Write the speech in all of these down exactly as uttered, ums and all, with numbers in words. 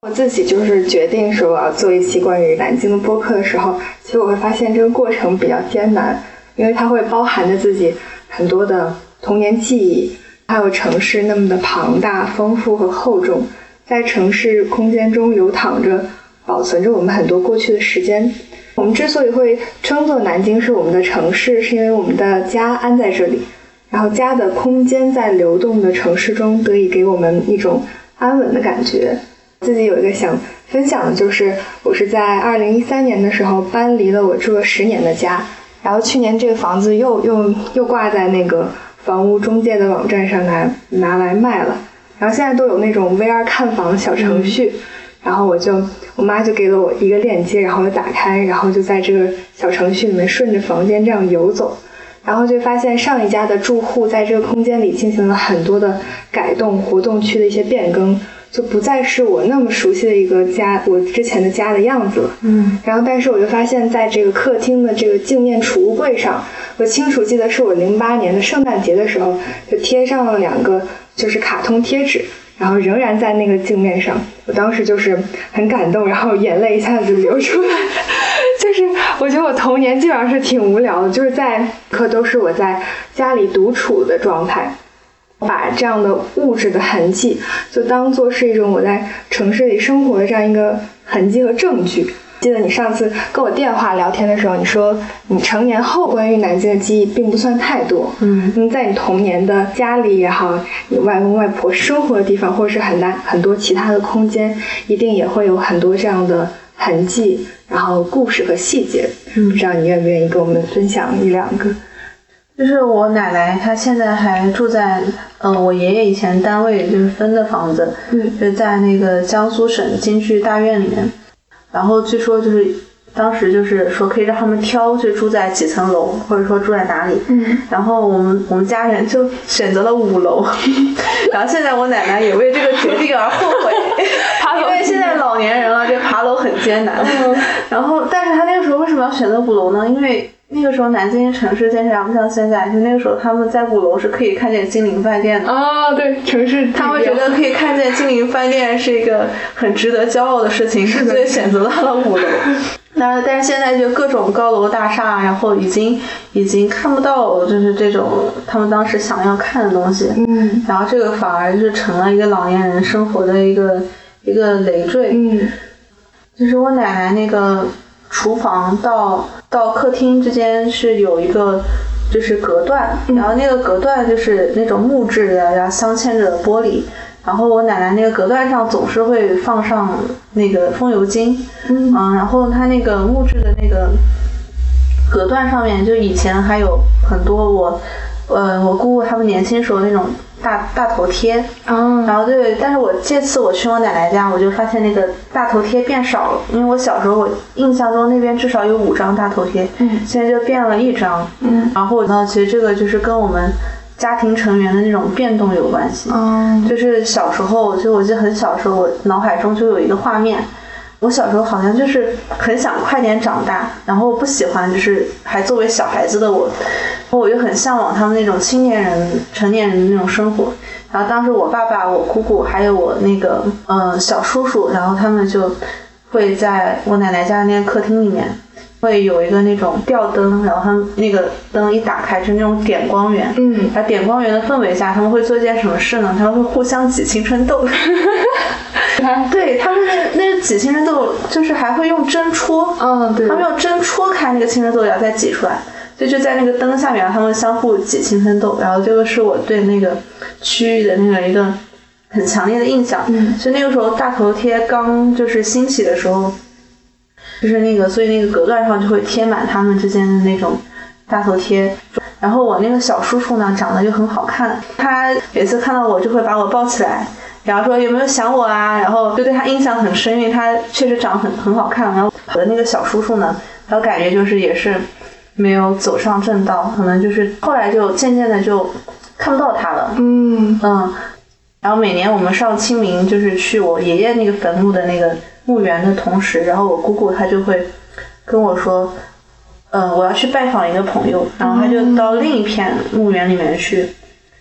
我自己就是决定说我要做一期关于南京的播客的时候，其实我会发现这个过程比较艰难，因为它会包含着自己很多的童年记忆，还有城市那么的庞大、丰富和厚重，在城市空间中流淌着，保存着我们很多过去的时间。我们之所以会称作南京是我们的城市，是因为我们的家安在这里，然后家的空间在流动的城市中得以给我们一种安稳的感觉。自己有一个想分享的就是，我是在二零一三年的时候搬离了我住了十年的家，然后去年这个房子又又又挂在那个房屋中介的网站上拿拿来卖了，然后现在都有那种 V R 看房小程序，嗯、然后我就我妈就给了我一个链接，然后我打开，然后就在这个小程序里面顺着房间这样游走，然后就发现上一家的住户在这个空间里进行了很多的改动，活动区的一些变更。就不再是我那么熟悉的一个家，我之前的家的样子了。嗯，然后但是我就发现在这个客厅的这个镜面储物柜上，我清楚记得是我零八年的圣诞节的时候就贴上了两个就是卡通贴纸，然后仍然在那个镜面上，我当时就是很感动，然后眼泪一下子就流出来。就是我觉得我童年基本上是挺无聊的，就是在课都是我在家里独处的状态，把这样的物质的痕迹就当作是一种我在城市里生活的这样一个痕迹和证据。记得你上次跟我电话聊天的时候，你说你成年后关于南京的记忆并不算太多，嗯，那在你童年的家里也好，你外公外婆生活的地方，或者是很大很多其他的空间，一定也会有很多这样的痕迹，然后故事和细节。嗯，不知道你愿不愿意跟我们分享一两个？ 就是我奶奶她现在还住在嗯、呃、我爷爷以前单位就是分的房子，嗯，就是在那个江苏省京剧大院里面，然后据说就是当时就是说可以让他们挑就住在几层楼，或者说住在哪里，嗯，然后我们我们家人就选择了五楼，然后现在我奶奶也为这个决定而后悔，因为现在老年人了，这爬楼很艰难，嗯，然后但是他那个时候为什么要选择五楼呢？因为那个时候南京城市建设还不像现在，就那个时候他们在五楼是可以看见金陵饭店的啊，对，城市他们觉得可以看见金陵饭店是一个很值得骄傲的事情，所以选择到了五楼。那但是现在就各种高楼大厦，然后已经已经看不到就是这种他们当时想要看的东西，嗯，然后这个反而就是成了一个老年人生活的一个一个累赘，嗯，就是我奶奶那个厨房到到客厅之间是有一个就是隔断，嗯，然后那个隔断就是那种木质的，然后镶嵌着玻璃，然后我奶奶那个隔断上总是会放上那个风油精，嗯，嗯然后它那个木质的那个隔断上面就以前还有很多我呃我姑姑他们年轻时候那种大大头贴，嗯，然后对，但是我这次我去我奶奶家，我就发现那个大头贴变少了，因为我小时候我印象中那边至少有五张大头贴，嗯，现在就变了一张，嗯，然后呢，其实这个就是跟我们家庭成员的那种变动有关系，嗯，就是小时候，就我记得很小的时候，我脑海中就有一个画面。我小时候好像就是很想快点长大，然后不喜欢就是还作为小孩子的我，我就很向往他们那种青年人成年人的那种生活。然后当时我爸爸我姑姑还有我那个呃小叔叔，然后他们就会在我奶奶家的那个客厅里面会有一个那种吊灯，然后他们那个灯一打开就是那种点光源，嗯，而点光源的氛围下他们会做一件什么事呢？他们会互相挤青春痘对，他们那那个挤青春痘就是还会用针戳，嗯，对，他们用针戳开那个青春痘然后再挤出来，就就在那个灯下面他们相互挤青春痘，然后这个是我对那个区域的那个一个很强烈的印象，嗯，所以那个时候大头贴刚就是兴起的时候，就是那个所以那个隔断上就会贴满他们之间的那种大头贴。然后我那个小叔叔呢长得就很好看，他每次看到我就会把我抱起来，然后说有没有想我啊，然后就对他印象很深，因为他确实长得很很好看。然后我的那个小叔叔呢，他感觉就是也是没有走上正道，可能就是后来就渐渐的就看不到他了，嗯嗯。然后每年我们上清明就是去我爷爷那个坟墓的那个墓园的同时，然后我姑姑她就会跟我说呃，我要去拜访一个朋友，然后他就到另一片墓园里面去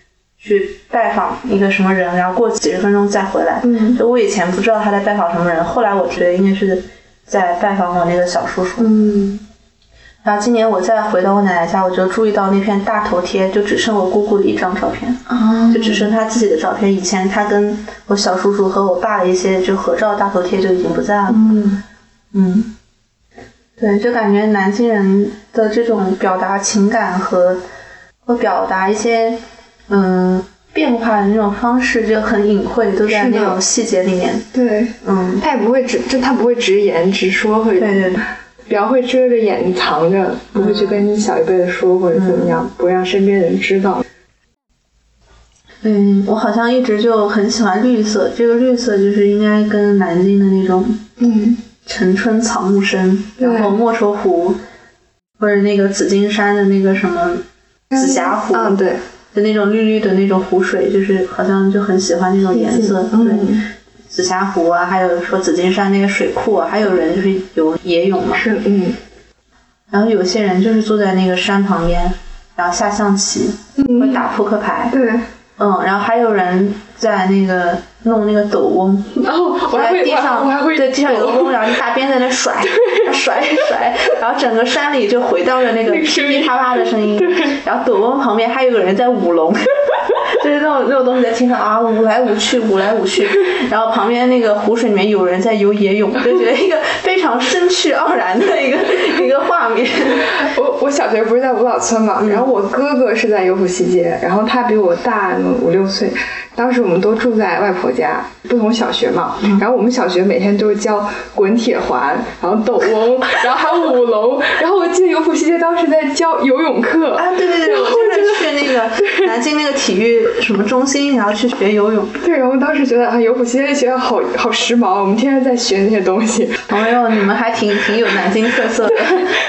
去拜访一个什么人，然后过几十分钟再回来。 嗯， 就我以前不知道他在拜访什么人，后来我觉得应该是在拜访我那个小叔叔。 嗯， 然后今年我再回到我奶奶家，我就注意到那片大头贴就只剩我姑姑的一张照片， 哦， 就只剩她自己的照片。以前她跟我小叔叔和我爸的一些就合照大头贴就已经不在了。 嗯嗯，对，就感觉南京人的这种表达情感和和表达一些嗯变化的那种方式就很隐晦，都在那种细节里面。 对， 嗯， 他也不会直，就他不会直言直说，会对对对。 比较会遮着眼睛藏着，不会去跟小一辈的说或者怎么样，嗯、不让身边人知道。 嗯，我好像一直就很喜欢绿色，这个绿色就是应该跟南京的那种嗯晨春草木深，然后莫愁湖或者那个紫金山的那个什么紫霞湖， 嗯，对， 的那种绿绿的那种湖水，就是好像就很喜欢那种颜色， 嗯、 对。紫霞湖啊，还有说紫金山那个水库啊，还有人就是游野泳嘛， 是嗯， 然后有些人就是坐在那个山旁边，然后下象棋， 嗯、 会打扑克牌， 对， 嗯，然后还有人在那个弄那个斗翁， 然后我在地上， 我还会对，地上有个翁，然后一大边在那甩，甩甩，然后整个山里就回到了那个噼里啪啦的声音，然后斗翁旁边还有个人在舞龙。就是那种那种东西在天上啊，舞来舞去，舞来舞去，然后旁边那个湖水里面有人在游野泳，就觉得一个非常生趣盎然的一个一个画面。 我我小学不是在五老村嘛，嗯、然后我哥哥是在油府西街，然后他比我大五六岁。当时我们都住在外婆家，不同小学嘛，嗯、然后我们小学每天都是教滚铁环，然后斗翁，然后还有舞龙，然后我记得油府西街当时在教游泳课啊，对对对，我就是去那个南京那个体育什么中心，然后去学游泳。 对，然后当时觉得啊，油府西街学校好好时髦，我们天天在学那些东西。 朋友，你们还挺挺有南京特色的。